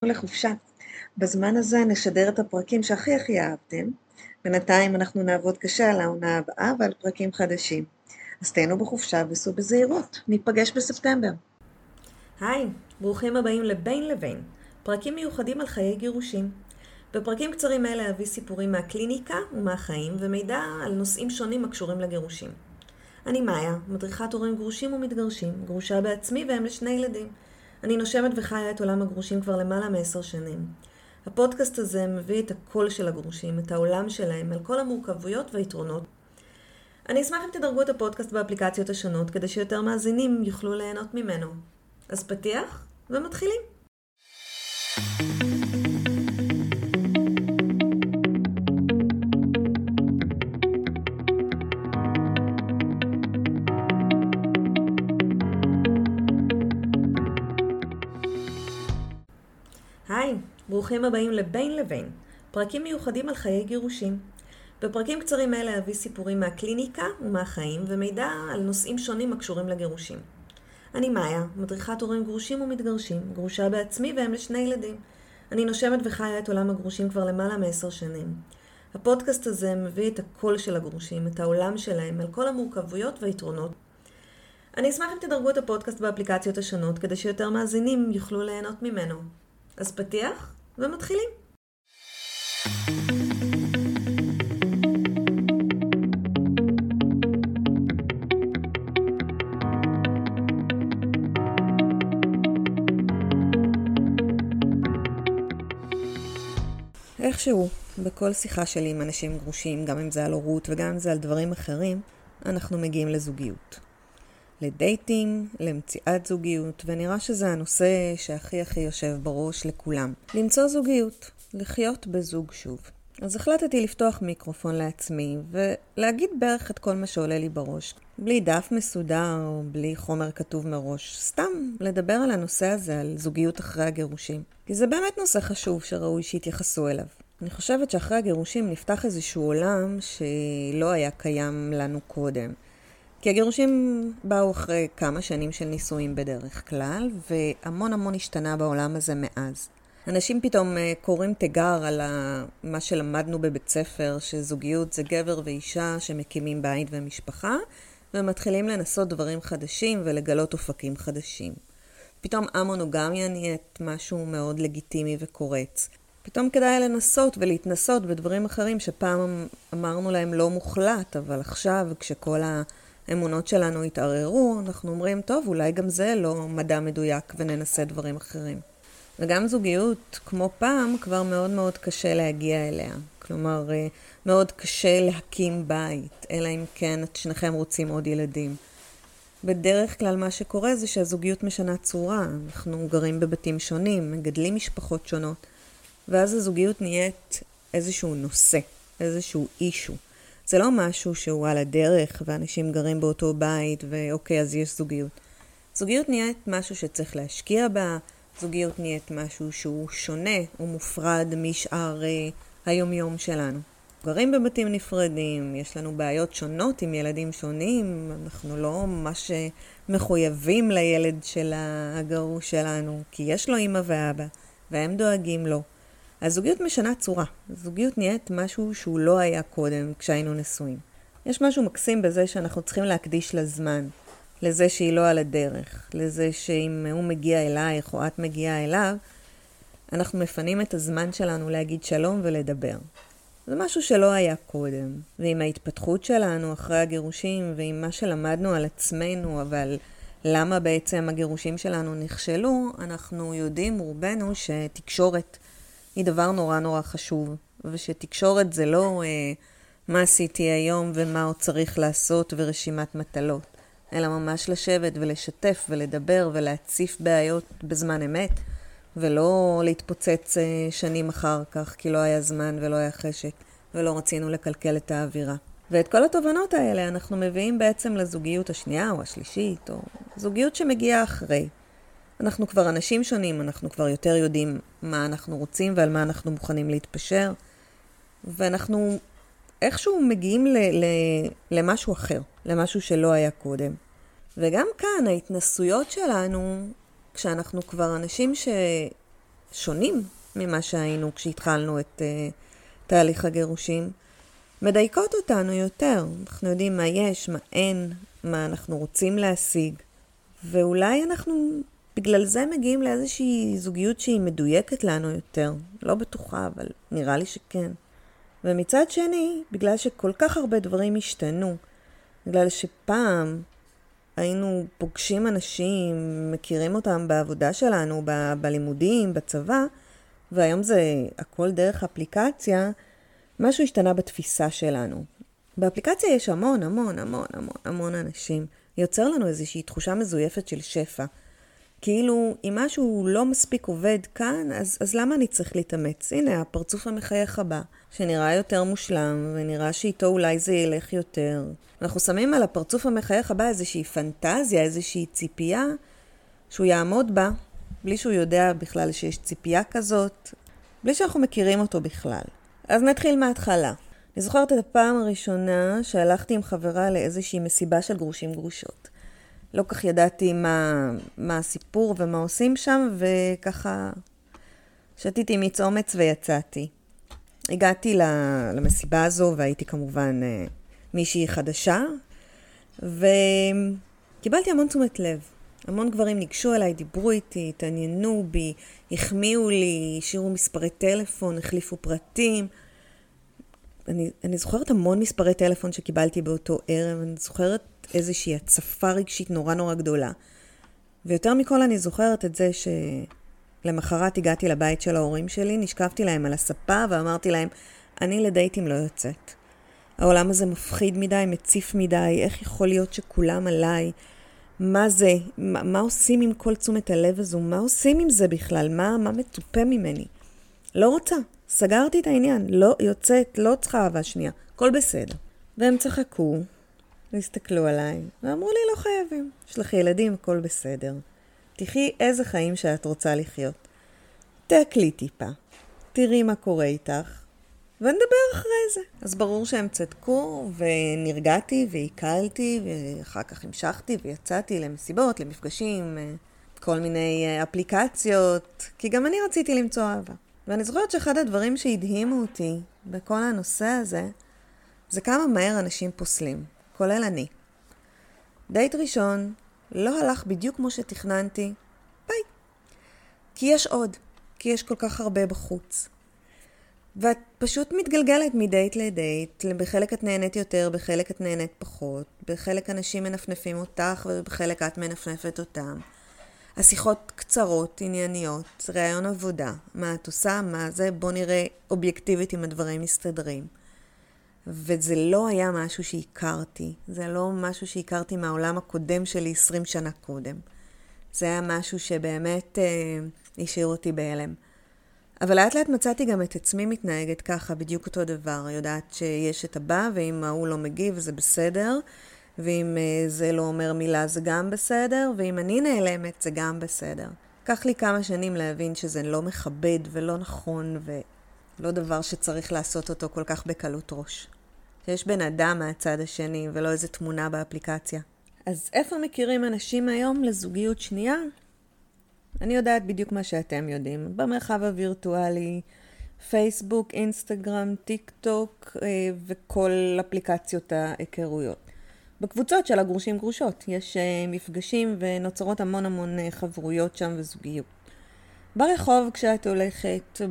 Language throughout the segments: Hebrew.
לחופשה. בזמן הזה נשדר את הפרקים שהכי אהבתם. בינתיים אנחנו נעבוד קשה על העונה הבאה ועל פרקים חדשים. אז תהנו בחופשה וסעו בזהירות. ניפגש בספטמבר. היי, ברוכים הבאים לבין לבין, פרקים מיוחדים על חיי גירושים. בפרקים קצרים אלה אביא סיפורים מהקליניקה ומהחיים ומידע על נושאים שונים הקשורים לגירושים. אני מאיה, מדריכת הורים גרושים ומתגרשים, גרושה בעצמי והם לשני ילדים. אני נושמת וחיה את עולם הגרושים כבר למעלה מ10 שנים. הפודקאסט הזה מביא את הקול של הגרושים, את העולם שלהם, על כל המורכבויות והיתרונות. אני אשמח אם תדרגו את הפודקאסט באפליקציות השונות כדי שיותר מאזינים יוכלו ליהנות ממנו. אז פתיח ומתחילים. היי, ברוכים הבאים לבין לבין, פרקים מיוחדים על חיי גירושים. בפרקים קצרים אלה אביא סיפורים מהקליניקה ומהחיים ומידע על נושאים שונים הקשורים לגירושים. אני מאיה, מדריכת הורים גרושים ומתגרשים, גרושה בעצמי והם לשני ילדים. אני נושמת וחיה את עולם הגרושים כבר למעלה מ10 שנים. הפודקאסט הזה מביא את הקול של הגרושים, את העולם שלהם, על כל המורכבויות והיתרונות. אני אשמח אם תדרגו את הפודקאסט באפליקציות השונות כדי שיותר מאזינים יוכלו ליהנות ממנו. אז פתיח ומתחילים. איכשהו, בכל שיחה שלי עם אנשים גרושים, גם אם זה על הורות וגם אם זה על דברים אחרים, אנחנו מגיעים לזוגיות. לדייטים, למציאת זוגיות, ונראה שזה הנושא שהכי יושב בראש לכולם. למצוא זוגיות, לחיות בזוג שוב. אז החלטתי לפתוח מיקרופון לעצמי ולהגיד בערך את כל מה שעולה לי בראש. בלי דף מסודר או בלי חומר כתוב מראש. סתם לדבר על הנושא הזה, על זוגיות אחרי הגירושים. כי זה באמת נושא חשוב שראוי שיתייחסו אליו. אני חושבת שאחרי הגירושים נפתח איזשהו עולם שלא היה קיים לנו קודם. כי הגירושים באו אחרי כמה שנים של נישואים בדרך כלל, והמון השתנה בעולם הזה מאז. אנשים פתאום קוראים תיגר על מה שלמדנו בבית ספר, שזוגיות זה גבר ואישה שמקימים בית ומשפחה, ומתחילים לנסות דברים חדשים ולגלות אופקים חדשים. פתאום המונוגמיה נהיית משהו מאוד לגיטימי וקורץ. פתאום כדאי לנסות ולהתנסות בדברים אחרים שפעם אמרנו להם לא מוחלט, אבל עכשיו כשכל האמונות שלנו התערערו, אנחנו אומרים, טוב, אולי גם זה לא מדע מדויק וננסה דברים אחרים. וגם זוגיות, כמו פעם, כבר מאוד קשה להגיע אליה. כלומר, מאוד קשה להקים בית, אלא אם כן את שניכם רוצים עוד ילדים. בדרך כלל מה שקורה זה שהזוגיות משנה צורה. אנחנו גרים בבתים שונים, מגדלים משפחות שונות, ואז הזוגיות נהיית איזשהו נושא, איזשהו אישו. זה לא משהו שהוא על הדרך ואנשים גרים באותו בית ואוקיי, אז יש זוגיות. זוגיות נהיית משהו שצריך להשקיע בה, זוגיות נהיית משהו שהוא שונה ומופרד משאר היומיום שלנו. גרים בבתים נפרדים, יש לנו בעיות שונות עם ילדים שונים, אנחנו לא ממש מחויבים לילד של הגרוש שלנו, כי יש לו אמא ואבא, והם דואגים לו. הזוגיות משנה צורה. הזוגיות נהיית משהו שהוא לא היה קודם כשהיינו נשואים. יש משהו מקסים בזה שאנחנו צריכים להקדיש לזמן, לזה שהיא לא על הדרך, לזה שאם הוא מגיע אלייך או את מגיעה אליו, אנחנו מפנים את הזמן שלנו להגיד שלום ולדבר. זה משהו שלא היה קודם. ועם ההתפתחות שלנו אחרי הגירושים ועם מה שלמדנו על עצמנו, אבל למה בעצם הגירושים שלנו נכשלו, אנחנו יודעים רובנו שתקשורת היא דבר נורא חשוב, ושתקשורת זה לא מה עשיתי היום ומה עוד צריך לעשות ורשימת מטלות, אלא ממש לשבת ולשתף ולדבר ולהציף בעיות בזמן אמת, ולא להתפוצץ שנים אחר כך, כי לא היה זמן ולא היה חשק, ולא רצינו לקלקל את האווירה. ואת כל התובנות האלה אנחנו מביאים בעצם לזוגיות השנייה או השלישית, או זוגיות שמגיעה אחרי. אנחנו כבר אנשים שונים, אנחנו כבר יותר יודעים מה אנחנו רוצים ועל מה אנחנו מוכנים להתפשר, ואנחנו איכשהו מגיעים למשהו אחר, למשהו שלא היה קודם. וגם כאן ההתנסויות שלנו, כשאנחנו כבר אנשים שונים ממה שהיינו כשהתחלנו את תהליך הגירושים, מדייקות אותנו יותר. אנחנו יודעים מה יש, מה אין, מה אנחנו רוצים להשיג. ואולי אנחנו בגלל זה מגיעים לאיזושהי זוגיות שהיא מדויקת לנו יותר. לא בטוחה, אבל נראה לי שכן. ומצד שני, בגלל שכל כך הרבה דברים השתנו, בגלל שפעם היינו פוגשים אנשים, מכירים אותם בעבודה שלנו, בלימודים, בצבא, והיום זה הכל דרך אפליקציה, משהו השתנה בתפיסה שלנו. באפליקציה יש המון, המון, המון, המון, המון אנשים. יוצר לנו איזושהי תחושה מזויפת של שפע. כאילו, אם משהו לא מספיק עובד כאן, אז למה אני צריך להתאמץ? הנה, הפרצוף המחייך הבא, שנראה יותר מושלם, ונראה שאיתו אולי זה ילך יותר. אנחנו שמים על הפרצוף המחייך הבא איזושהי פנטזיה, איזושהי ציפייה, שהוא יעמוד בה, בלי שהוא יודע בכלל שיש ציפייה כזאת, בלי שאנחנו מכירים אותו בכלל. אז נתחיל מההתחלה. אני זוכרת את הפעם הראשונה שהלכתי עם חברה לאיזושהי מסיבה של גרושים גרושות. לא כך ידעתי מה הסיפור ומה עושים שם, וככה שתיתי מיץ אומץ ויצאתי. הגעתי למסיבה הזו, והייתי כמובן מישהי חדשה, וקיבלתי המון תשומת לב. המון גברים ניגשו אליי, דיברו איתי, התעניינו בי, החמיאו לי, השאירו מספרי טלפון, החליפו פרטים. אני זוכרת המון מספרי טלפון שקיבלתי באותו ערב, אני זוכרת איזושהי הצפה רגשית נורא נורא גדולה. ויותר מכל אני זוכרת את זה שלמחרת הגעתי לבית של ההורים שלי, נשכבתי להם על הספה ואמרתי להם, אני לדייטים לא יוצאת. העולם הזה מפחיד מדי, מציף מדי, איך יכול להיות שכולם עליי? מה זה? מה עושים עם כל תשומת הלב הזו? מה עושים עם זה בכלל? מה מצופה ממני? לא רוצה. סגרתי את העניין. לא יוצאת, לא צריכה אהבה שנייה. הכל בסדר. והם צחקו, והסתכלו עליי, ואמרו לי לא חייבים. יש לך ילדים, הכל בסדר. תחי איזה חיים שאת רוצה לחיות. תעקלי טיפה. תראי מה קורה איתך. ונדבר אחרי זה. אז ברור שהם צדקו, ונרגעתי, והקלתי, ואחר כך המשכתי, ויצאתי למסיבות, למפגשים, כל מיני אפליקציות, כי גם אני רציתי למצוא אהבה. ואני זוכרת שאחד הדברים שהדהימו אותי בכל הנושא הזה, זה כמה מהר אנשים פוסלים, כולל אני. דייט ראשון לא הלך בדיוק כמו שתכננתי, ביי. כי יש עוד, כי יש כל כך הרבה בחוץ. ואת פשוט מתגלגלת מדייט לדייט, בחלק את נהנית יותר, בחלק את נהנית פחות, בחלק אנשים מנפנפים אותך ובחלק את מנפנפת אותם. השיחות קצרות, ענייניות, רעיון עבודה, מה את עושה, מה זה, בוא נראה אובייקטיבית אם הדברים מסתדרים. וזה לא היה משהו שהכרתי, זה לא משהו שהכרתי מהעולם הקודם שלי 20 שנה קודם. זה היה משהו שבאמת השאיר אותי בהלם. אבל לאט לאט מצאתי גם את עצמי מתנהגת ככה, בדיוק אותו דבר. יודעת שיש את הבא, ואם ההוא לא מגיב זה בסדר, ואם זה לא אומר מילה זה גם בסדר, ואם אני נעלמת זה גם בסדר. לקח לי כמה שנים להבין שזה לא מכבד ולא נכון, ולא דבר שצריך לעשות אותו כל כך בקלות ראש. שיש בן אדם מהצד השני, ולא איזה תמונה באפליקציה. אז איפה מכירים אנשים היום לזוגיות שנייה? אני יודעת בדיוק מה שאתם יודעים. במרחב הווירטואלי, פייסבוק, אינסטגרם, טיק טוק וכל אפליקציות ההיכרויות. בקבוצות של הגרושים גרושות יש מפגשים ונוצרות המון המון חברויות שם וזוגיות. ברחוב כשאת הולכת,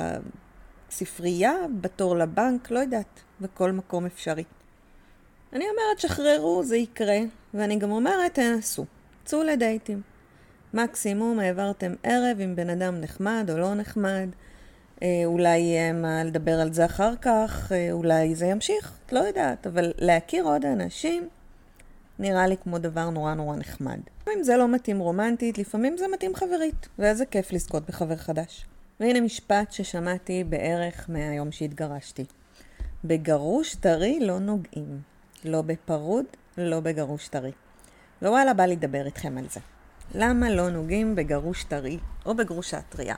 בספרייה, בתור לבנק, לא יודעת, בכל מקום אפשרי. אני אומרת שחררו, זה יקרה, ואני גם אומרת תנסו, צאו לדייטים. מקסימום העברתם ערב עם בן אדם נחמד או לא נחמד, אולי יהיה מה לדבר על זה אחר כך, אולי זה ימשיך, לא יודעת, אבל להכיר עוד אנשים נראה לי כמו דבר נורא נורא נחמד. אם זה לא מתאים רומנטית, לפעמים זה מתאים חברית, ואיזה כיף לזכות בחבר חדש. והנה משפט ששמעתי בערך מהיום שהתגרשתי. בגרוש טרי לא נוגעים, לא בפרוד, לא בגרוש טרי. ווואלה, בא לדבר איתכם על זה. למה לא נוגעים בגרוש טרי או בגרושה טריה?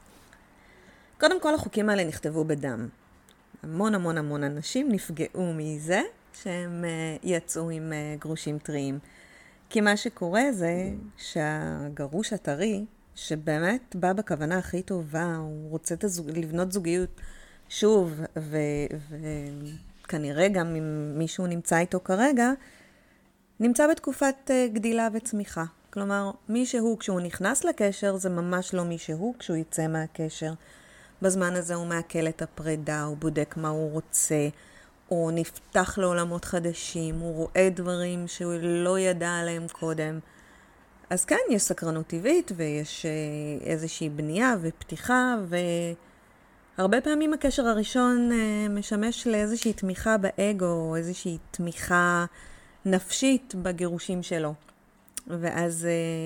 קודם כל החוקים האלה נכתבו בדם. המון המון המון אנשים נפגעו מזה שהם יצאו עם גרושים טריים. כי מה שקורה זה שהגרוש הטרי, שבאמת בא בכוונה הכי טובה, הוא רוצה לבנות זוגיות שוב, וכנראה גם אם מישהו נמצא איתו כרגע, נמצא בתקופת גדילה וצמיחה. כלומר, מישהו כשהוא נכנס לקשר זה ממש לא מישהו כשהוא יצא מהקשר. בזמן הזה הוא מעכל את הפרידה, הוא בודק מה הוא רוצה, הוא נפתח לעולמות חדשים, הוא רואה דברים שהוא לא ידע עליהם קודם. אז כן, יש סקרנות טבעית ויש איזושהי בנייה ופתיחה, והרבה פעמים הקשר הראשון משמש לאיזושהי תמיכה באגו, או איזושהי תמיכה נפשית בגירושים שלו. ואז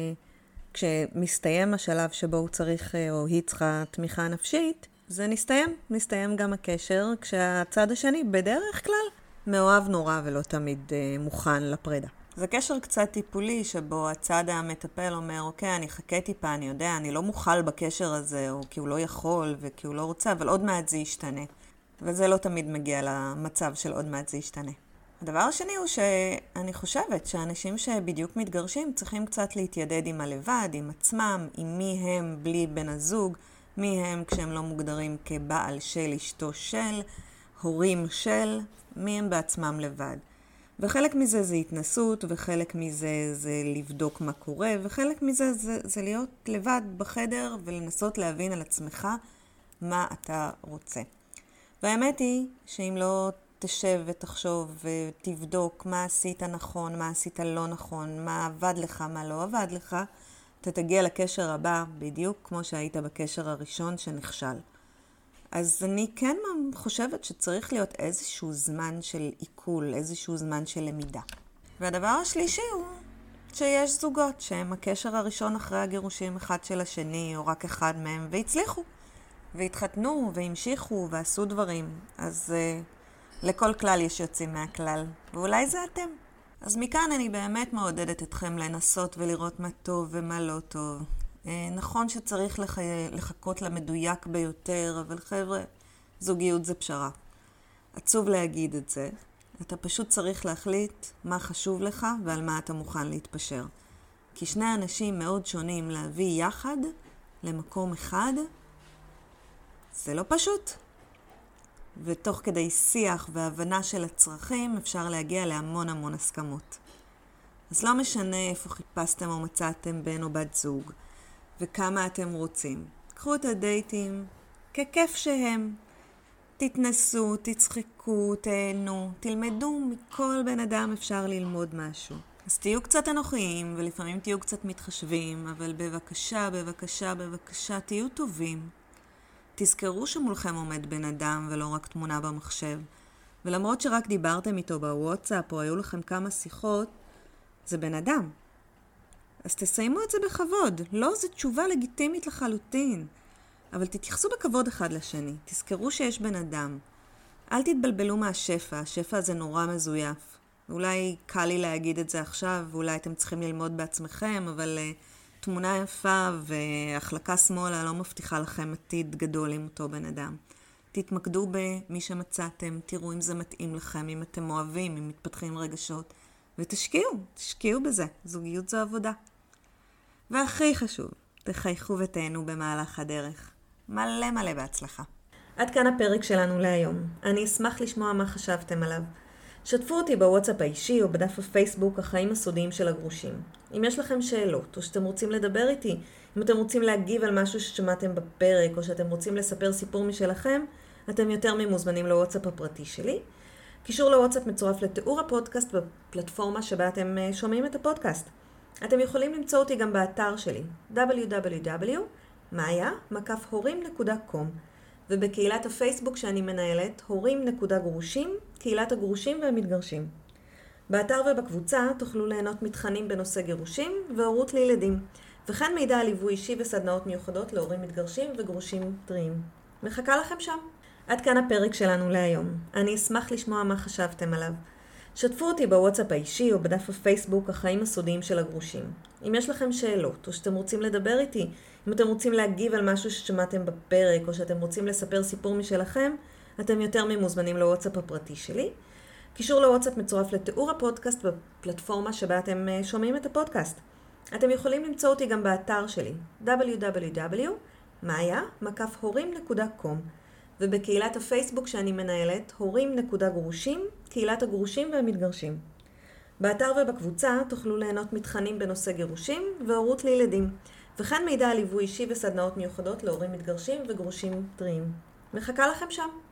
כשמסתיים השלב שבו הוא צריך או היא צריכה תמיכה נפשית, זה נסתיים גם הקשר, כשהצד השני בדרך כלל מאוהב נורא ולא תמיד מוכן לפרידה. זה קשר קצת טיפולי שבו הצד המטפל אומר, אוקיי, אני חכה טיפה, אני יודע, אני לא מוכל בקשר הזה, או כי הוא לא יכול וכי הוא לא רוצה, אבל עוד מעט זה ישתנה. וזה לא תמיד מגיע למצב של עוד מעט זה ישתנה. הדבר השני הוא שאני חושבת שאנשים שבדיוק מתגרשים צריכים קצת להתיידד עם הלבד, עם עצמם, עם מי הם בלי בן הזוג, מי הם כשהם לא מוגדרים כבעל של אשתו של, הורים של, מי הם בעצמם לבד. וחלק מזה זה התנסות, וחלק מזה זה לבדוק מה קורה, וחלק מזה זה להיות לבד בחדר ולנסות להבין על עצמך מה אתה רוצה. והאמת היא שאם לא תשב ותחשוב ותבדוק מה עשית נכון, מה עשית לא נכון, מה עבד לך, מה לא עבד לך, אתה תגיע לקשר הבא בדיוק כמו שהיית בקשר הראשון שנכשל. אז אני כן חושבת שצריך להיות איזשהו זמן של עיכול, איזשהו זמן של למידה. והדבר השלישי הוא שיש זוגות שהם הקשר הראשון אחרי הגירושים אחד של השני, או רק אחד מהם, והצליחו, והתחתנו, והמשיכו, ועשו דברים. אז לכל כלל יש יוצאים מהכלל, ואולי זה אתם. אז מכאן אני באמת מעודדת אתכם לנסות ולראות מה טוב ומה לא טוב. נכון שצריך לחכות למדויק ביותר, אבל חבר'ה, זוגיות זה פשרה. עצוב להגיד את זה. אתה פשוט צריך להחליט מה חשוב לך ועל מה אתה מוכן להתפשר. כי שני אנשים מאוד שונים להביא יחד למקום אחד, זה לא פשוט. ותוך כדי שיח והבנה של הצרכים אפשר להגיע להמון הסכמות. אז לא משנה איפה חיפשתם או מצאתם בן או בת זוג, וכמה אתם רוצים. קחו את הדייטים ככיף שהם. תתנסו, תצחקו, תהנו, תלמדו, מכל בן אדם אפשר ללמוד משהו. אז תהיו קצת אנוכיים ולפעמים תהיו קצת מתחשבים, אבל בבקשה, תהיו טובים. תזכרו שמולכם עומד בן אדם ולא רק תמונה במחשב. ולמרות שרק דיברתם איתו בוואטסאפ או היו לכם כמה שיחות, זה בן אדם. אז תסיימו את זה בכבוד. לא, זו תשובה לגיטימית לחלוטין. אבל תתייחסו בכבוד אחד לשני. תזכרו שיש בן אדם. אל תתבלבלו מהשפע. השפע הזה נורא מזויף. אולי קל לי להגיד את זה עכשיו, ואולי אתם צריכים ללמוד בעצמכם, אבל תמונה יפה והחלקה שמאלה לא מבטיחה לכם עתיד גדול עם אותו בן אדם. תתמקדו במי שמצאתם, תראו אם זה מתאים לכם, אם אתם אוהבים, אם מתפתחים רגשות, ותשקיעו בזה. זוגיות זו עבודה. והכי חשוב, תחייכו ותהנו במהלך הדרך. מלא בהצלחה. עד כאן הפרק שלנו להיום. אני אשמח לשמוע מה חשבתם עליו. שתפו אותי בוואטסאפ האישי או בדף הפייסבוק החיים הסודיים של הגרושים. אם יש לכם שאלות או שאתם רוצים לדבר איתי, אם אתם רוצים להגיב על משהו ששמעתם בפרק או שאתם רוצים לספר סיפור משלכם, אתם יותר ממוזמנים לוואטסאפ הפרטי שלי. קישור לוואטסאפ מצורף לתיאור הפודקאסט בפלטפורמה שבה אתם שומעים את הפודקאסט. אתם יכולים למצוא אותי גם באתר שלי www.maya.horim.com ובקהילת הפייסבוק שאני מנהלת, הורים.גרושים, קהילת הגרושים והמתגרשים. באתר ובקבוצה תוכלו ליהנות מתכנים בנושא גירושים והורות לילדים, וכן מידע על ליווי אישי וסדנאות מיוחדות להורים מתגרשים וגרושים טריים. מחכה לכם שם. עד כאן הפרק שלנו להיום. אני אשמח לשמוע מה חשבתם עליו. שתפו אותי בוואטסאפ האישי או בדף הפייסבוק החיים הסודיים של הגרושים. אם יש לכם שאלות או שאתם רוצים לדבר איתי, אם אתם רוצים להגיב על משהו ששמעתם בפרק או שאתם רוצים לספר סיפור משלכם, אתם יותר ממוזמנים לוואטסאפ הפרטי שלי. קישור לוואטסאפ מצורף לתיאור הפודקאסט בפלטפורמה שבה אתם שומעים את הפודקאסט. אתם יכולים למצוא אותי גם באתר שלי, www.maya-horim.com, ובקהילת הפייסבוק שאני מנהלת, הורים.גרושים, קהילת הגרושים והמתגרשים. באתר ובקבוצה תוכלו ליהנות מתכנים בנושא גירושים והורות לילדים, וכן מידע על ליווי אישי וסדנאות מיוחדות להורים מתגרשים וגרושים טריים. מחכה לכם שם.